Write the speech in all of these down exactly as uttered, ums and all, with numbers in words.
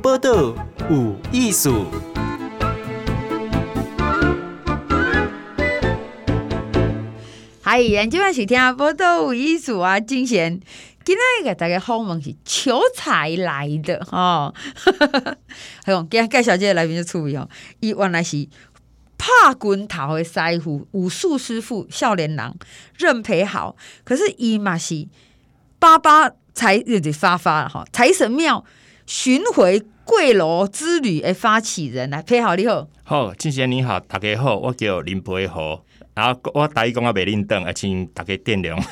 报道有艺术。 嗨，咱今晚是听报道有艺术啊，金贤。今仔个大家访问是求财来的吼，还有今介绍这个来宾就趣味哦，伊原来是拍拳头的师傅，武术师傅少年人任培豪，可是伊嘛是八八财就是发发了哈，财神庙巡回贵楼之旅的发起人来，培豪你好， 好，金贤你好，大家好，我叫林培豪。然后我台语讲啊袂认得，请大家见谅。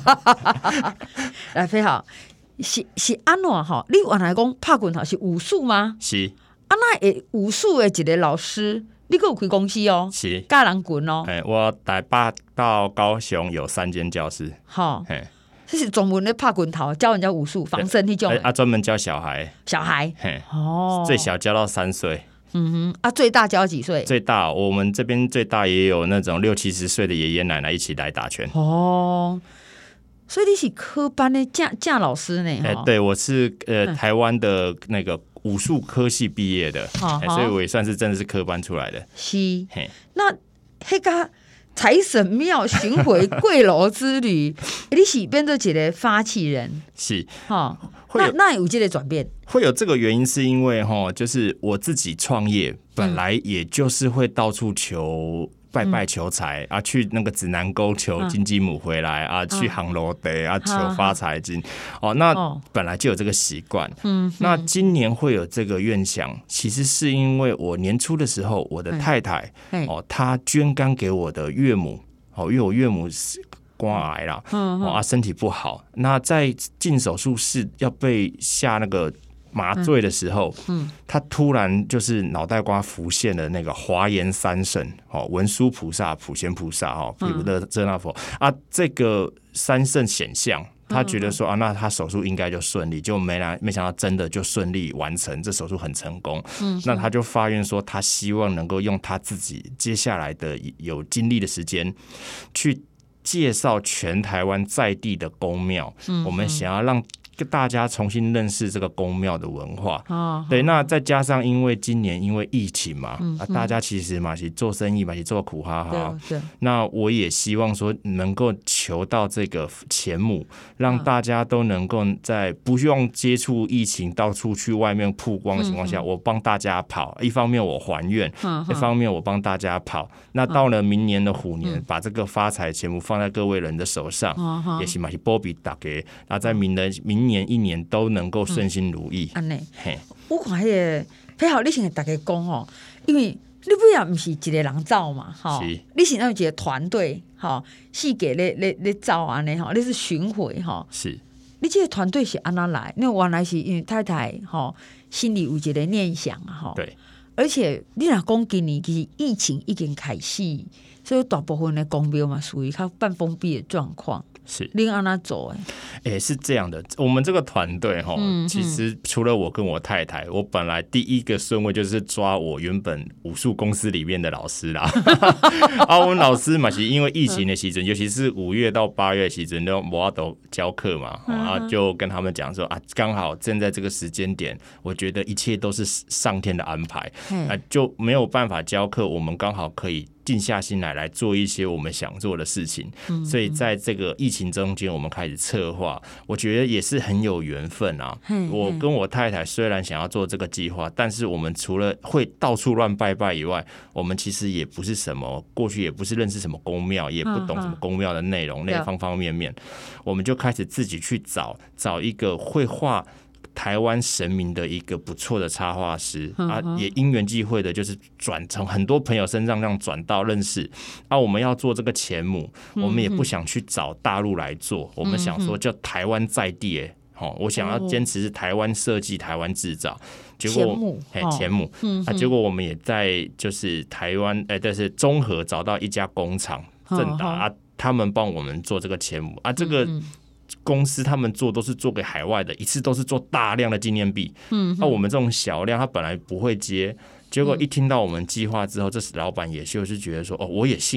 来，培豪是是安怎吼？你原来讲拍拳头是武术吗？ 是。 啊，那会武术的一个老师，你还有开公司哦？ 是。 教人拳哦？ 哎，我台北到高雄有三间教室。 好，这是专门咧拍拳头，教人家武术防身那种。 啊，专门教小孩。 小孩。 嘿。 哦。 最小教到三岁。 嗯哼，啊，最大教几岁？ 最大，我们这边最大也有那种六七十岁的爷爷奶奶一起来打拳。 哦，所以你是科班的教教老师呢？ 哎、欸，对，我是呃、嗯、台湾的那个武术科系毕业的，欸、所以我也算是真的是科班出来的。 是，那那个财神庙巡回贵楼之旅，你是变做一个发起人？ 是， 哈。那那有这个转变， 会有这个原因，是因为哈，就是我自己创业，本来也就是会到处求拜拜求财、嗯、啊，去那个指南沟求金鸡母回来、嗯、啊，去杭楼得啊求发财金、嗯、哦，那本来就有这个习惯。嗯，那今年会有这个愿想，其实是因为我年初的时候，我的太太、嗯、哦，她捐肝给我的岳母，哦，因为我岳母是肝癌啦，嗯嗯、啊，身体不好。那在进手术室要被下那个麻醉的时候，嗯，他突然就是脑袋瓜浮现了那个华严三圣，哦，文殊菩萨、普贤菩萨，哦，毗卢遮那佛、嗯、啊，这个三圣显像。他觉得说啊，那他手术应该就顺利，就没来，没想到真的就顺利完成，这手术很成功。嗯，那他就发愿说，他希望能够用他自己接下来的有精力的时间去介绍全台湾在地的宫庙、嗯，我们想要让大家重新认识这个宫庙的文化。哦，对，那再加上因为今年因为疫情嘛，嗯啊、大家其实嘛是做生意嘛是做苦哈哈。对，那我也希望说能够求到这个钱母，让大家都能够在不用接触疫情、到处去外面曝光的情况下，嗯、我帮大家跑。一方面我还愿，嗯、一方面我帮大家跑。那到了明年的虎年，嗯、把这个发财钱母放在各位人的手上，嗯、也是嘛是保庇大家。那在明年明年一年都能够顺心如意。安、嗯、 尼，我看迄个配合你先大家讲吼，因为你不也不是一个人走嘛，哈，你是那一个团队，哈，四个咧咧咧走安尼哈，你是巡回哈， 是， 你这个团队是安怎来？因为原来是因为太太哈心里有一个念想啊，哈，对，而且你若讲今年其实疫情已经开始，所以大部分的公庙嘛属于较半封闭的状况。 是， 你按哪走哎？ 哎、欸，是这样的，我们这个团队哈，其实除了我跟我太太，我本来第一个顺位就是抓我原本武术公司里面的老师啦。啊，我们老师嘛，是因为疫情的时阵，尤其是五月到八月时阵，都没法度教课嘛，啊，就跟他们讲说啊，刚好正在这个时间点，我觉得一切都是上天的安排，啊，就没有办法教课，我们刚好可以静下心来来做一些我们想做的事情，嗯嗯，所以在这个疫情中间，我们开始策划，我觉得也是很有缘分啊。嘿嘿，我跟我太太虽然想要做这个计划，但是我们除了会到处乱拜拜以外，我们其实也不是什么过去也不是认识什么宫庙，也不懂什么宫庙的内容，那方方面面，我们就开始自己去找找一个会画台湾神明的一个不错的插画师、嗯、啊，也因缘际会的，就是转从很多朋友身上让转到认识啊。我们要做这个钱母，我们也不想去找大陆来做，嗯、我们想说叫台湾在地、欸，哦，我想要坚持是台湾设计、台湾制造。结果钱母， 哎，钱母、哦、啊，结果我们也在就是台湾，哎，但是中和找到一家工厂正达、哦、啊，他们帮我们做这个钱母啊，这个。嗯嗯公司他们做都是做给海外的，一次都是做大量的纪念币。嗯，那、啊、我们这种小量，他本来不会接，结果一听到我们计划之后，这老板也就是觉得说，哦，我也信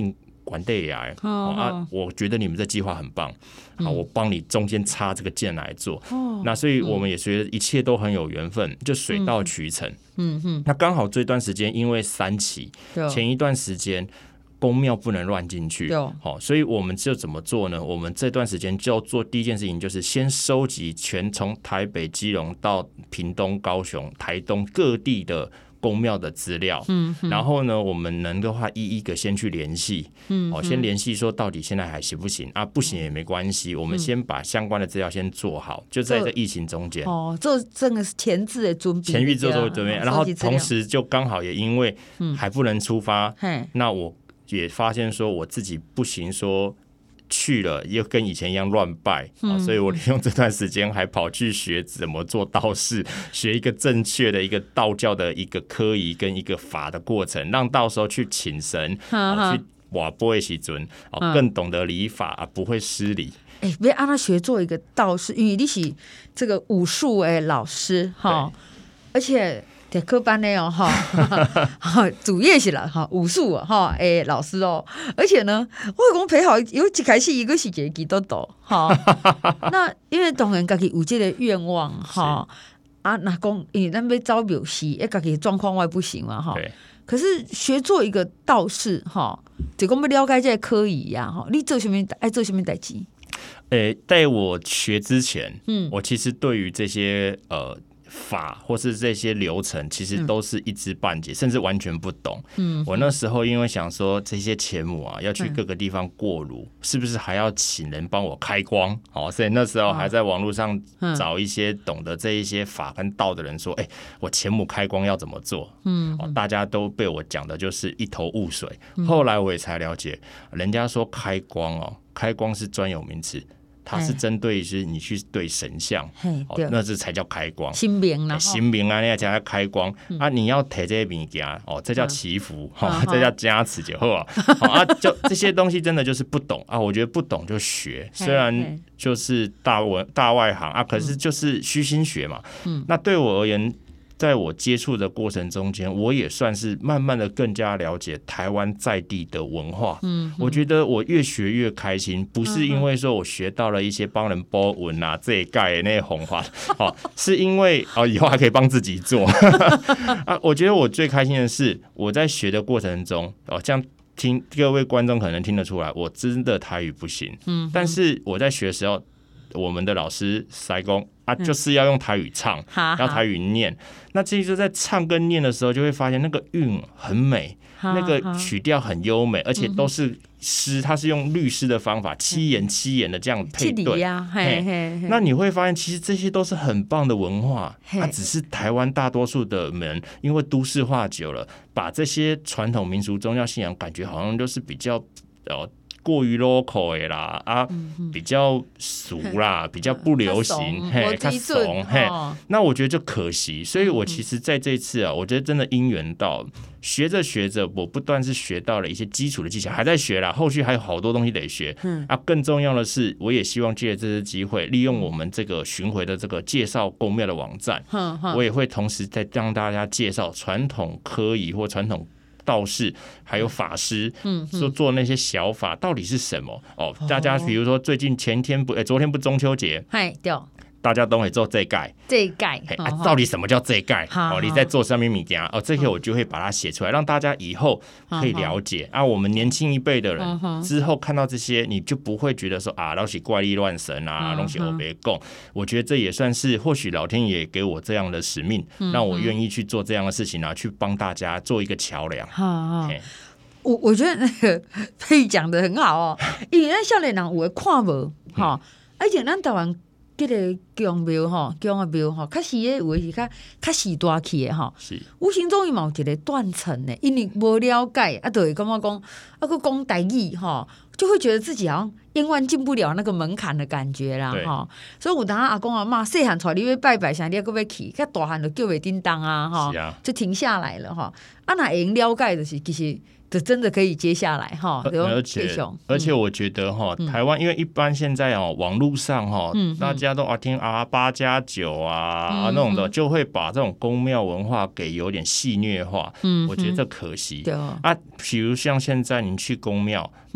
管对呀，哦啊，我觉得你们这计划很棒，好，我帮你中间插这个件来做。哦，那所以我们也觉得一切都很有缘分，就水到渠成。嗯嗯，那刚好这段时间因为三期，前一段时间公庙不能乱进去，好，所以我们就怎么做呢？我们这段时间就要做第一件事情，就是先收集全从台北、基隆到屏东、高雄、台东各地的公庙的资料，嗯，然后呢，我们能的话一一个先去联系，嗯，哦，先联系说到底现在还行不行啊？不行也没关系，我们先把相关的资料先做好，就在这疫情中间， 哦，这真的是前置的准备， 前预做做准备，然后同时就刚好也因为还不能出发，嗯，那我也发现说我自己不行说。去了又跟以前一样乱拜、嗯啊、所以我利用这段时间还跑去学怎么做道士，学一个正确的一个道教的一个科仪跟一个法的过程，让到时候去请神、啊、去瓦钵的时候、啊、更懂得礼法、啊、不会失礼。 哎、欸，别按他学做一个道士，因为你是这个武术的老师哈，而且。在科班的哦，哈，主业是啦，哈，武术哈，诶，老师哦，而且呢，我讲陪好，有一开始一个是一个都懂哈。那因为当然自己有这个愿望哈，啊，那讲因为咱要招庙师，哎，自己状况外不行嘛哈。可是学做一个道士哈，就讲要了解这个科仪呀哈，你做什么爱做什么代志？ 诶，在我学之前，嗯，我其实对于这些呃。法或是这些流程其实都是一知半解、嗯、甚至完全不懂、嗯、我那时候因为想说这些钱母啊要去各个地方过炉、嗯、是不是还要请人帮我开光、哦、所以那时候还在网络上找一些懂得这一些法跟道的人说哎、欸，我钱母开光要怎么做、嗯哦、大家都被我讲的就是一头雾水、嗯、后来我也才了解人家说开光哦，开光是专有名词，它是针对是你去对神像、哦、那这才叫开光， 神明啦， 神明啊，那叫开光、嗯、啊！你要提这些物件哦，这叫祈福、嗯哦、这叫加持就好啊！哦、啊，就这些东西真的就是不懂啊！我觉得不懂就学，虽然就是大文大外行啊，可是就是虚心学嘛。嗯，那对我而言。在我接触的过程中间，我也算是慢慢的更加了解台湾在地的文化。嗯，我觉得我越学越开心，不是因为说我学到了一些帮人包文啊、这一盖的那些红话，哦，是因为哦以后还可以帮自己做。啊，我觉得我最开心的是我在学的过程中，哦，这样听各位观众可能听得出来，我真的台语不行。嗯，但是我在学的时候，我们的老师塞公。啊，就是要用台语唱，嗯、要台语念。那其实，在唱跟念的时候，就会发现那个韵很美，那个曲调很优美，而且都是诗，它是用律诗的方法，七言七言的这样配对。啊、嘿嘿嘿那你会发现，其实这些都是很棒的文化。它、啊、只是台湾大多数的人，因为都市化久了，把这些传统民俗宗教信仰，感觉好像就是比较呃。过于 local 的啦啊，嗯、比较俗啦，比较不流行，嘿，较怂，嘿、哦，那我觉得就可惜。所以我其实在这一次啊，我觉得真的因缘到，学着学着，我不断是学到了一些基础的技巧，还在学啦，后续还有好多东西得学。嗯啊，更重要的是，我也希望借着这次机会，利用我们这个巡回的这个介绍宫庙的网站，嗯嗯、我也会同时在让大家介绍传统科仪或传统。道士还有法师，嗯，说做那些小法到底是什么？哦，大家比如说最近前天不，欸、昨天不中秋节， 嗨，对。 大家都会做这盖， 这盖、 啊，到底什么叫这盖？哦，你在做上面物件哦，这些我就会把它写出来，让大家以后可以了解啊。我们年轻一辈的人之后看到这些，你就不会觉得说啊，都是怪力乱神啊，东西我别供。我觉得这也算是或许老天爷给我这样的使命，让我愿意去做这样的事情啊，去帮大家做一个桥梁。 我我觉得那个佩讲的很好哦，因为咱少年人有会看无哈，而且咱台湾。这个宫庙吼，宫的庙吼，确实诶，有诶是较较时大气诶吼。是，无形中伊嘛有一个断层诶，因为无了解，啊，就会感觉讲，啊，佮讲台语吼，就会觉得自己好像永远进不了那个门槛的感觉啦吼。所以有当阿公阿嬷细汉带你去拜拜，啥你还佮要去，较大汉就叫袂叮当啊吼，就停下来了吼。啊，那会用了解就是其实。这真的可以接下来哈， 而且、嗯、而且我觉得哈，台湾因为一般现在哦，网络上哈，嗯、大家都啊听啊八加九啊、嗯、啊那种的，就会把这种宫庙文化给有点戏谑化，嗯，我觉得这可惜。对啊，比如像现在你去宫庙，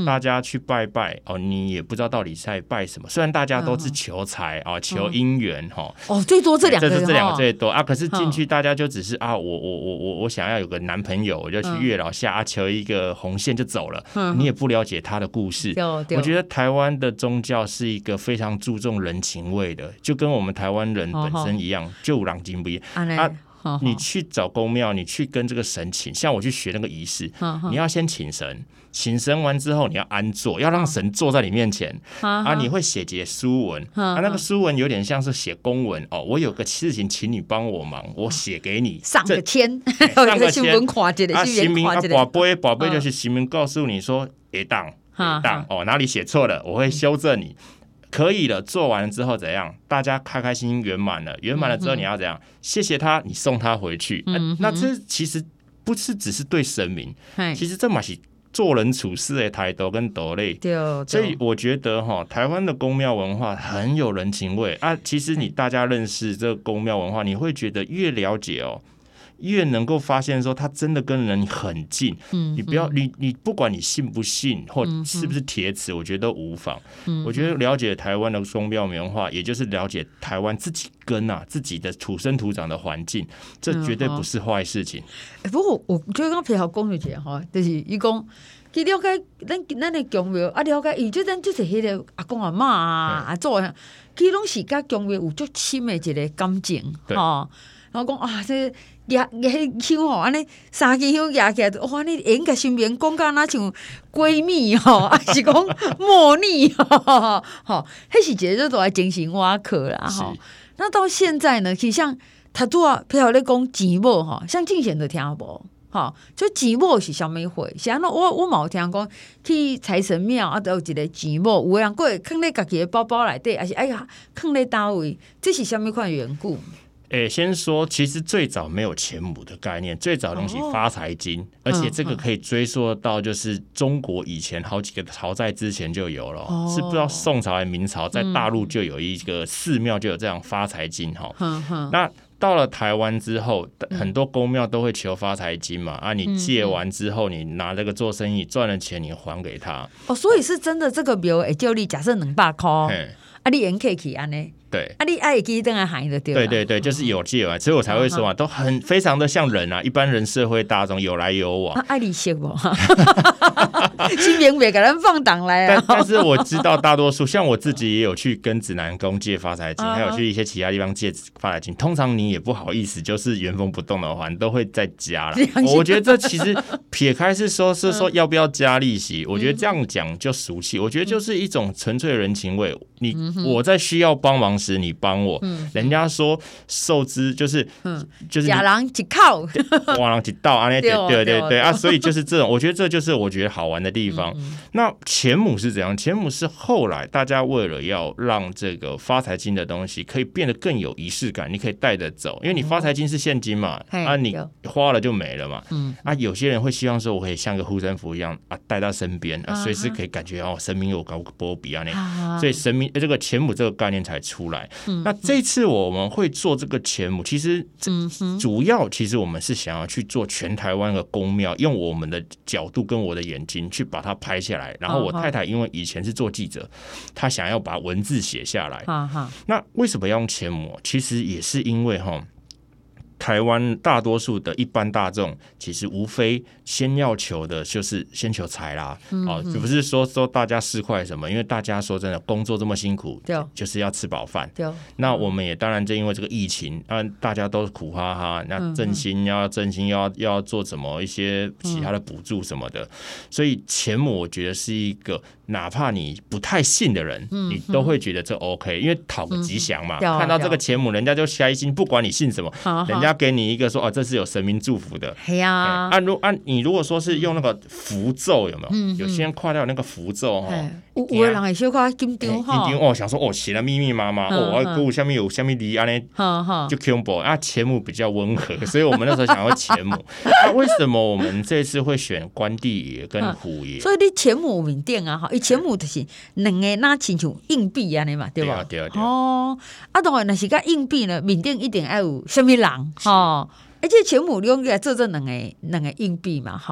大家去拜拜哦，你也不知道到底在拜什么。虽然大家都是求财啊、嗯，求姻缘哈。 哦，最多这两个， 这是这两个最多啊。可是进去大家就只是啊，我我我我我想要有个男朋友，我就去月老下、嗯、啊求一个红线就走了、嗯。你也不了解他的故事。我觉得台湾的宗教是一个非常注重人情味的，就跟我们台湾人本身一样，就有人情味啊。你去找公庙，你去跟这个神请，像我去学那个仪式，你要先请神，请神完之后你要安坐，要让神坐在你面前啊，你会写节书文啊，那个书文有点像是写公文哦，我有个事情请你帮我忙，我写给你上个签，上个新闻看一下，啊，神明啊，宝贝宝贝就是神明告诉你说会当会当哦，哪里写错了我会修正你。可以了，做完了之后怎样？大家开开心心圆满了，圆满了之后你要怎样？谢谢他，你送他回去。嗯啊、那这其实不是只是对神明，其实这嘛是做人处事的态度跟道理。所以我觉得哈，台湾的宫庙文化很有人情味啊。其实你大家认识这个宫庙文化，你会觉得越了解哦。越能够发现说他真的跟人很近，嗯，你不要你你不管你信不信或是不是铁齿，我觉得都无妨。嗯，我觉得了解台湾的宫庙文化，也就是了解台湾自己根啊自己的土生土长的环境，这绝对不是坏事情。 嗯欸、不过我觉得刚配合讲一下哈，就是伊讲。去了解咱咱的宫庙啊，了解伊就咱就是迄个阿公阿嬷啊阿祖，其拢是甲宫庙有足深的一个感情吼。然后讲啊，这压压香吼，安尼三支香压起来，哇！你应该身边讲甲那像闺蜜吼，还是讲茉莉吼，吼，迄是一个做大精神瓦课啦吼。那到现在呢，其实像他拄啊，譬如咧讲钱某吼，像之前都听无。好，就钱某是啥物货？是安怎？我我嘛有听讲去财神庙啊，都有一个钱某，有人会放在家己的包包内底，还是哎呀放在倒位？这是啥物款缘故？ 诶、欸，先说，其实最早没有钱母的概念，最早的东西发财金、哦，而且这个可以追溯到就是中国以前好几个朝代之前就有了，哦、是不知道宋朝还是明朝，在大陆就有一个寺庙就有这样发财金哈、嗯嗯。那到了台湾之后，很多公庙都会求发财金嘛，啊，你借完之后，你拿这个做生意赚了钱，你还给他。 哦，所以是真的，这个庙会叫你假设两百块，啊，你延客去安尼。 对， 啊，你爱记等下喊的对。 对对对，就是有借完，所以我才会说啊，都很非常的像人啊，一般人社会大众有来有往。 爱利息不？新明别给人放档来啊！ 但但是我知道大多数，像我自己也有去跟指南宫借发财金，还有去一些其他地方借发财金。通常你也不好意思，就是原封不动的还，都会再加了。我觉得这其实撇开是说是说要不要加利息，我觉得这样讲就俗气。我觉得就是一种纯粹的人情味。你我在需要帮忙时，你帮我。人家说受之就是就是假人一靠， 哇人一道啊，对对对对啊，所以就是这种，我觉得这就是我觉得好玩的地方。嗯、那钱母是怎样？钱母是后来大家为了要让这个发财金的东西可以变得更有仪式感，你可以带着走，因为你发财金是现金嘛，嗯、啊，你花了就没了嘛。嗯、啊，有些人会希望说，我可以像个护身符一样啊，带到身边啊，随时可以感觉哦，神明有高波比啊那，所以神明这个钱母这个概念才出来。嗯、那这次我们会做这个钱母，其实主要其实我们是想要去做全台湾的宫庙，用我们的角度跟我的眼睛去把它拍下来。然后我太太因为以前是做记者，她想要把文字写下来。那为什么要用钱母？其实也是因为哈。台湾大多数的一般大众，其实无非先要求的就是先求财啦，嗯哦、不是说说大家市侩什么，因为大家说真的工作这么辛苦，就是要吃饱饭。那我们也当然就因为这个疫情，啊、大家都苦哈哈，那振兴要振兴要要做什么一些其他的补助什么的，嗯、所以钱母我觉得是一个。哪怕你不太信的人，嗯、你都会觉得这 OK， 因为讨个吉祥嘛。嗯、看到这个钱母，人家就开心，不管你信什么，嗯、人家给你一个说哦，这是有神明祝福的。 哎呀， 按如按你如果说是用那个符咒，有没有？嗯、有些人跨掉那个符咒哈， 有有的人会小可紧张哈， 紧张哦，想说哦写的密密麻麻，哦，我有下面有下面离安尼，就恐怖啊。钱母比较温和，所以我们那时候想要钱母。那、啊、为什么我们这次会选关帝爷跟虎爷？ 所以你钱母缅甸啊哈。钱母就是两个那亲像硬币安尼嘛，对吧？ 对啊，对啊。 哦，啊，当然，若是甲硬币呢，缅甸一定要有什么人哈？而且钱母你用起来做这两个两个硬币嘛，哈。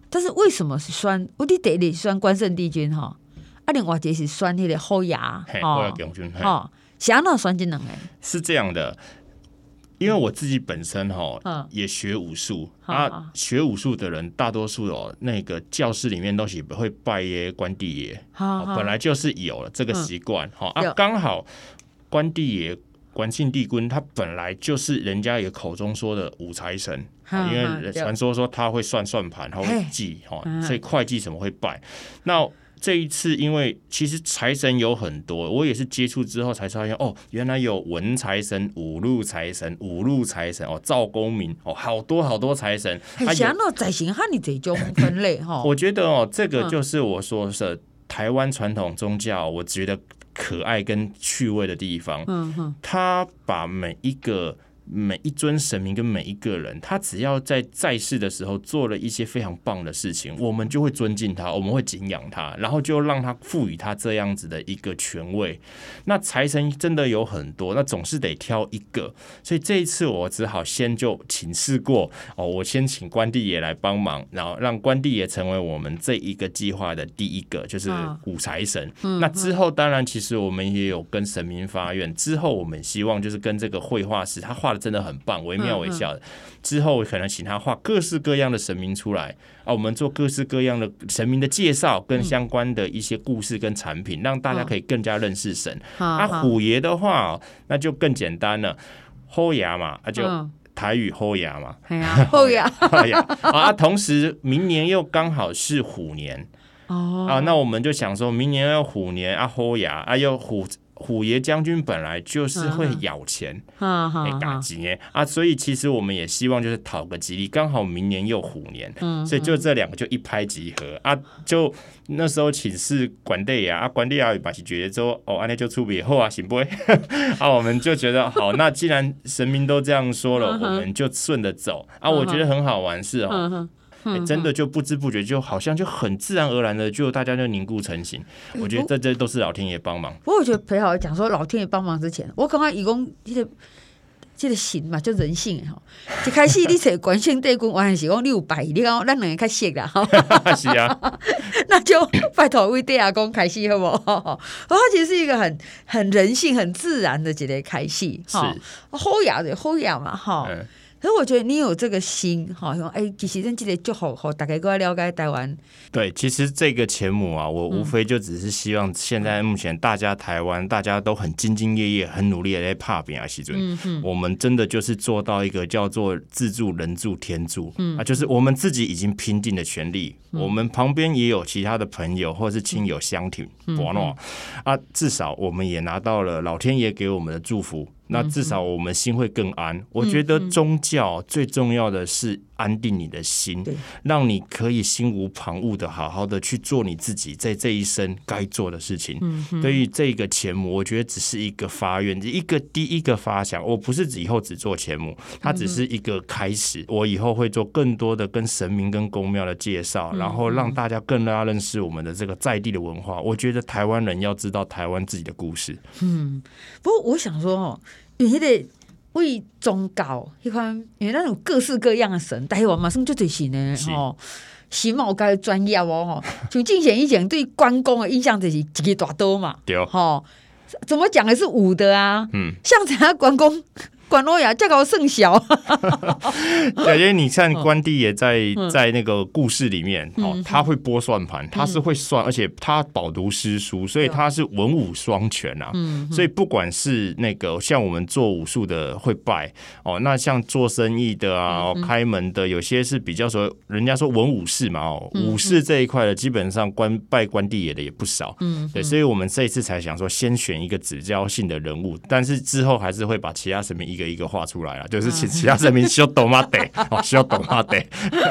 但是为什么是选？我哋第一选关圣帝君哈，啊，另外一个是选那个后牙， 后牙将军， 哈，是安怎选这两个？ 是这样的。因为我自己本身哈、嗯、也学武术啊，学武术的人大多数哦，那个教室里面都是会拜耶关帝爷，本来就是有了这个习惯哈、嗯、啊，刚好关帝爷关圣帝君他本来就是人家也口中说的武财神，因为传说说他会算算盘，他会记哈，所以会计什么会拜。那这一次，因为其实财神有很多，我也是接触之后才发现，哦，原来有文财神、五路财神、五路财神哦，赵公明哦，好多好多财神。 还想到财神和你这种分类哈？ 我觉得哦，这个就是我说的台湾传统宗教，我觉得可爱跟趣味的地方。嗯哼，他把每一个。每一尊神明跟每一个人，他只要在在世的时候做了一些非常棒的事情，我们就会尊敬他，我们会敬仰他，然后就让他赋予他这样子的一个权位。那财神真的有很多，那总是得挑一个，所以这一次我只好先就请示过哦，我先请关帝爷来帮忙，然后让关帝爷成为我们这一个计划的第一个，就是武财神。嗯、那之后当然其实我们也有跟神明发愿，之后我们希望就是跟这个绘画师他画的真的很棒，惟妙惟肖的。之后可能请他画各式各样的神明出来啊，我们做各式各样的神明的介绍，跟相关的一些故事跟产品，让大家可以更加认识神。啊，虎爷的话，那就更简单了，后牙嘛，啊就。台语后牙嘛， 后牙啊，同时明年又刚好是虎年哦，啊，那我们就想说明年要虎年啊，后牙啊，又虎。虎爷将军本来就是会咬钱，哎，打几年啊，所以其实我们也希望就是讨个吉利，刚好明年又虎年，嗯、所以就这两个就一拍即合啊。就那时候请示管队呀，啊，管队呀也把觉得说，哦，安内就出别后啊，行不会啊，我们就觉得好，那既然神明都这样说了，我们就顺着走啊。我觉得很好玩是哦。欸、真的就不知不觉就好像就很自然而然的就大家就凝固成型，我觉得这这都是老天爷帮忙。 不过我觉得裴豪讲说老天爷帮忙之前，我刚刚以讲这个这个神嘛，就人性哈。一开始你找关圣帝君，完是讲你有拜，你讲咱两个较熟啦，是啊，那就拜托为地阿公开始好不好？它其实是一个很很人性、很自然的一个开始，是好雅的好雅嘛，哈。嗯，可是我觉得你有这个心，哈，哎，其实真记得就好好，大概更了解台湾。 对，其实这个节目啊，我无非就只是希望现在目前大家台湾大家都很兢兢业业、很努力的在拍片啊，时阵，嗯，我们真的就是做到一个叫做自助、人助、天助，嗯啊，就是我们自己已经拼尽了全力，嗯、我们旁边也有其他的朋友或是亲友相挺，嗯嗯、啊，至少我们也拿到了老天爷给我们的祝福。那至少我们心会更安。我觉得宗教最重要的是安定你的心，让你可以心无旁骛的好好的去做你自己在这一生该做的事情。对于这个节目，我觉得只是一个发愿，一个第一个发想。我不是以后只做节目，它只是一个开始。我以后会做更多的跟神明跟宫庙的介绍，然后让大家更加认识我们的这个在地的文化。我觉得台湾人要知道台湾自己的故事。 嗯，不过我想说哦。因为迄个为宗教迄款，因为咱有各式各样的神，台湾嘛算足侪神呢吼，神嘛有家专业哦吼。像敬贤以前对关公的印象就是一个大刀嘛， 对吼，怎么讲也是武的啊，嗯，像咱家关公。关洛亚这个甚小， 对，因为你看关帝也在在那个故事里面，哦，他会拨算盘，他是会算，而且他饱读诗书，所以他是文武双全啊。所以不管是那个像我们做武术的会拜哦，那像做生意的啊、开门的，有些是比较说人家说文武士嘛，哦，武士这一块的基本上关拜关帝爷的也不少。对，所以我们这一次才想说，先选一个指标性的人物，但是之后还是会把其他神明一。一个一个画出来了，就是其其他神明修斗马得哦，修斗马得。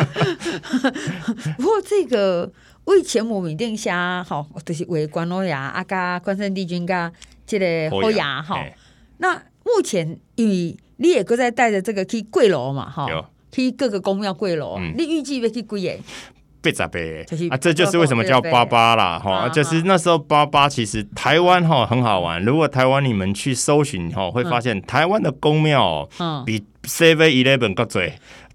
不过这个为前母缅甸下好，就是为关洛亚啊，加关圣帝君加这个后牙哈。那目前因为你也搁在带着这个去跪楼嘛哈，去各个宫庙跪楼，嗯、你预计要去几个？ 八十八啊，这就是为什么叫八八啦哈，就是那时候八八其实台湾哈很好玩，如果台湾你们去搜寻哈，会发现台湾的宫庙比 Seven Eleven 更多。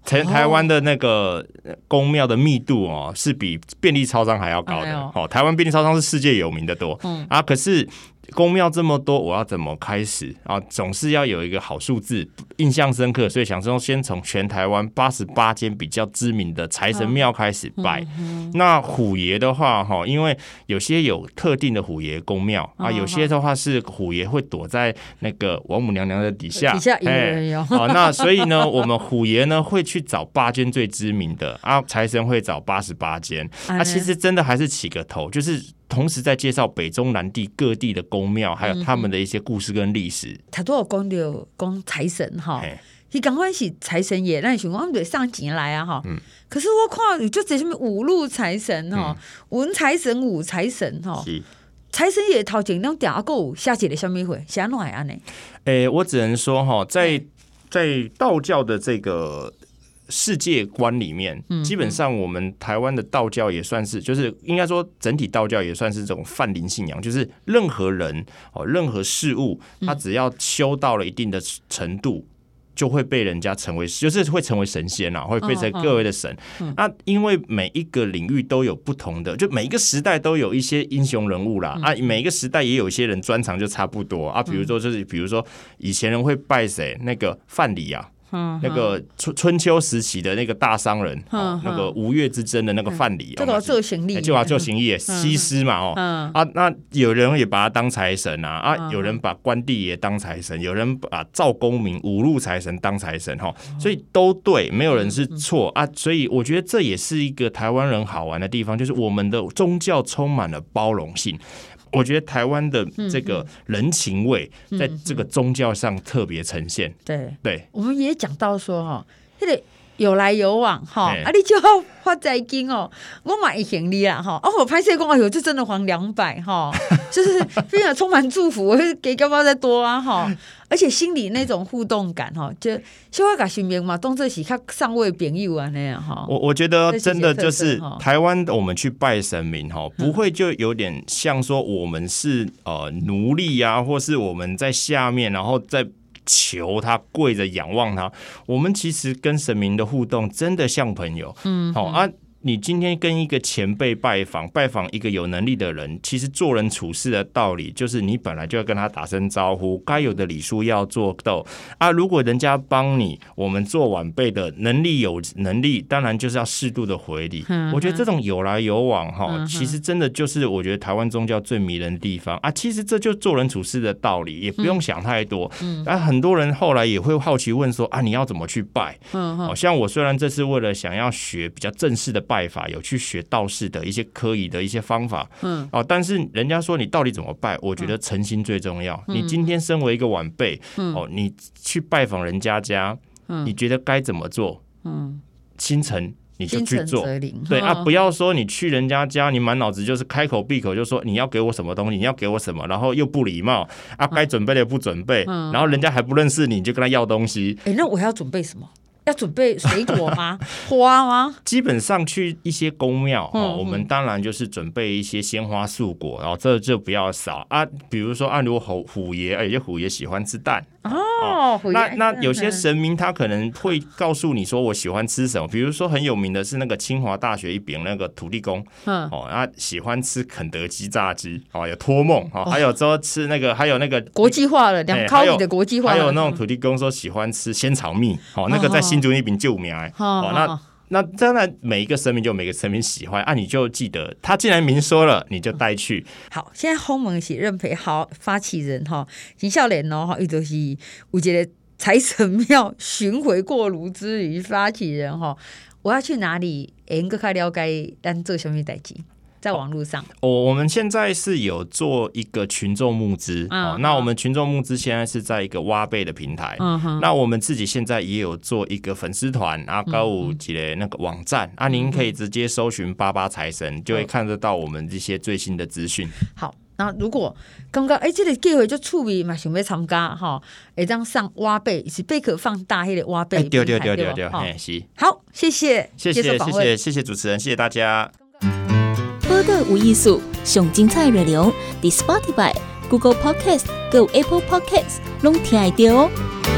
全台湾的那个公庙的密度哦，是比便利超商还要高的。哎哦，台湾便利超商是世界有名的多，嗯啊，可是公庙这么多，我要怎么开始啊？总是要有一个好数字，印象深刻，所以想说先从全台湾八十八间比较知名的财神庙开始拜。嗯嗯、那虎爷的话，哈，因为有些有特定的虎爷公庙啊，有些的话是虎爷会躲在那个王母娘娘的底下， 底下有人有。 好、欸，那所以呢，我们虎爷呢会去找八间最知名的啊，财神会找八十八间啊，其实真的还是起个头，就是。同时在介绍北中南地各地的宫庙，还有他们的一些故事跟历史。 他都有讲到讲财神哈，他刚开始财神爷，那想我们得上钱来啊哈。嗯、可是我看有就这什么五路财神哈、嗯，文财神、武财神哈，财神爷头前两点还有下节的什么会，是安怎样呢？ 诶，我只能说哈，在在道教的这个。世界观里面，基本上我们台湾的道教也算是，就是应该说整体道教也算是这种泛灵信仰，就是任何人哦，任何事物，他只要修到了一定的程度，就会被人家成为，就是会成为神仙啊，会变成各位的神。那因为每一个领域都有不同的，就每一个时代都有一些英雄人物啦，啊，每一个时代也有一些人专长就差不多啊，比如说就是比如说以前人会拜谁，那个范蠡啊。那个春春秋时期的那个大商人，哦、那个吴越之争的那个范蠡， 这个做行李， 就要做行李，西施嘛，哦，啊，那有人也把他当财神啊，啊，有人把关帝爷当财神，有人把赵公明五路财神当财神，哈，所以都对，没有人是错啊，所以我觉得这也是一个台湾人好玩的地方，就是我们的宗教充满了包容性。我觉得台湾的这个人情味，在这个宗教上特别呈现。 对对， 我们也讲到说哈，那个有来有往哈，啊，你就要发财金哦，我买一行李啦哈，啊，我拍摄讲，哎呦，这真的还两百哈，就是非常充满祝福，我会给干嘛再多啊哈，而且心里那种互动感哈，就小我甲身边嘛，当作是较上位朋友啊那样哈。 我我觉得真的就是台湾，我们去拜神明哈，不会就有点像说我们是呃奴隶啊，或是我们在下面，然后在。求他跪着仰望他，我们其实跟神明的互动真的像朋友，嗯，好、哦、啊。你今天跟一个前辈拜访，拜访一个有能力的人，其实做人处事的道理就是你本来就要跟他打声招呼，该有的礼数要做到啊。如果人家帮你，我们做晚辈的能力有能力，当然就是要适度的回礼。嗯、我觉得这种有来有往哈，嗯、其实真的就是我觉得台湾宗教最迷人的地方啊。其实这就做人处事的道理，也不用想太多。嗯、啊，很多人后来也会好奇问说啊，你要怎么去拜？嗯哦、像我虽然这次为了想要学比较正式的拜。拜法有去学道士的一些科仪的一些方法，嗯，哦，但是人家说你到底怎么拜，我觉得诚心最重要。嗯、你今天身为一个晚辈，嗯、哦，你去拜访人家家，嗯、你觉得该怎么做？嗯，心诚你就去做，对啊，不要说你去人家家，你满脑子就是开口闭口就说你要给我什么东西，你要给我什么，然后又不礼貌啊，该准备的不准备，嗯、然后人家还不认识你，你就跟他要东西。 哎、欸，那我还要准备什么？要准备水果吗？花吗？ 基本上去一些宫庙、嗯哦、我们当然就是准备一些鲜花素果，然后这就不要少啊。比如说，啊，如果虎爷，而且虎爷喜欢吃蛋。哦，哦那那有些神明他可能会告诉你说我喜欢吃什么，比如说很有名的是那个清华大学一边那个土地公，嗯，哦，他喜欢吃肯德基炸鸡，哦，有托梦，哦，还有之后吃那个，还有那个国际化了，两考里的国际化了， 还有那种土地公说喜欢吃仙草蜜，哦，那个在新竹那边就有名，哦，那。那当然，每一个神明就每个神明喜欢啊，你就记得他既然明说了，你就带去。 好，现在鸿蒙是任培豪发起人哈，秦少年哦，伊就是有一个财神庙巡回过炉之旅发起人哈。我要去哪里？能够较了解咱做什么代志？在网络上， 哦，我们现在是有做一个群众募资，嗯哦，那我们群众募资现在是在一个挖贝的平台，嗯，那我们自己现在也有做一个粉丝团啊，高五几的那个网站，嗯，啊，您可以直接搜寻八八财神，就会看得到我们这些最新的资讯。 好，那如果刚刚哎，这个机会就趣味嘛，想要参加哈，会当上挖贝是贝壳放大迄个挖贝， 对对对对对，哎是。 好，谢谢， 谢谢谢谢谢谢主持人，谢谢大家。 报道有艺术，上精彩内容，伫 Spotify、Google Podcast、还有 Apple Podcast， 拢听得到哦。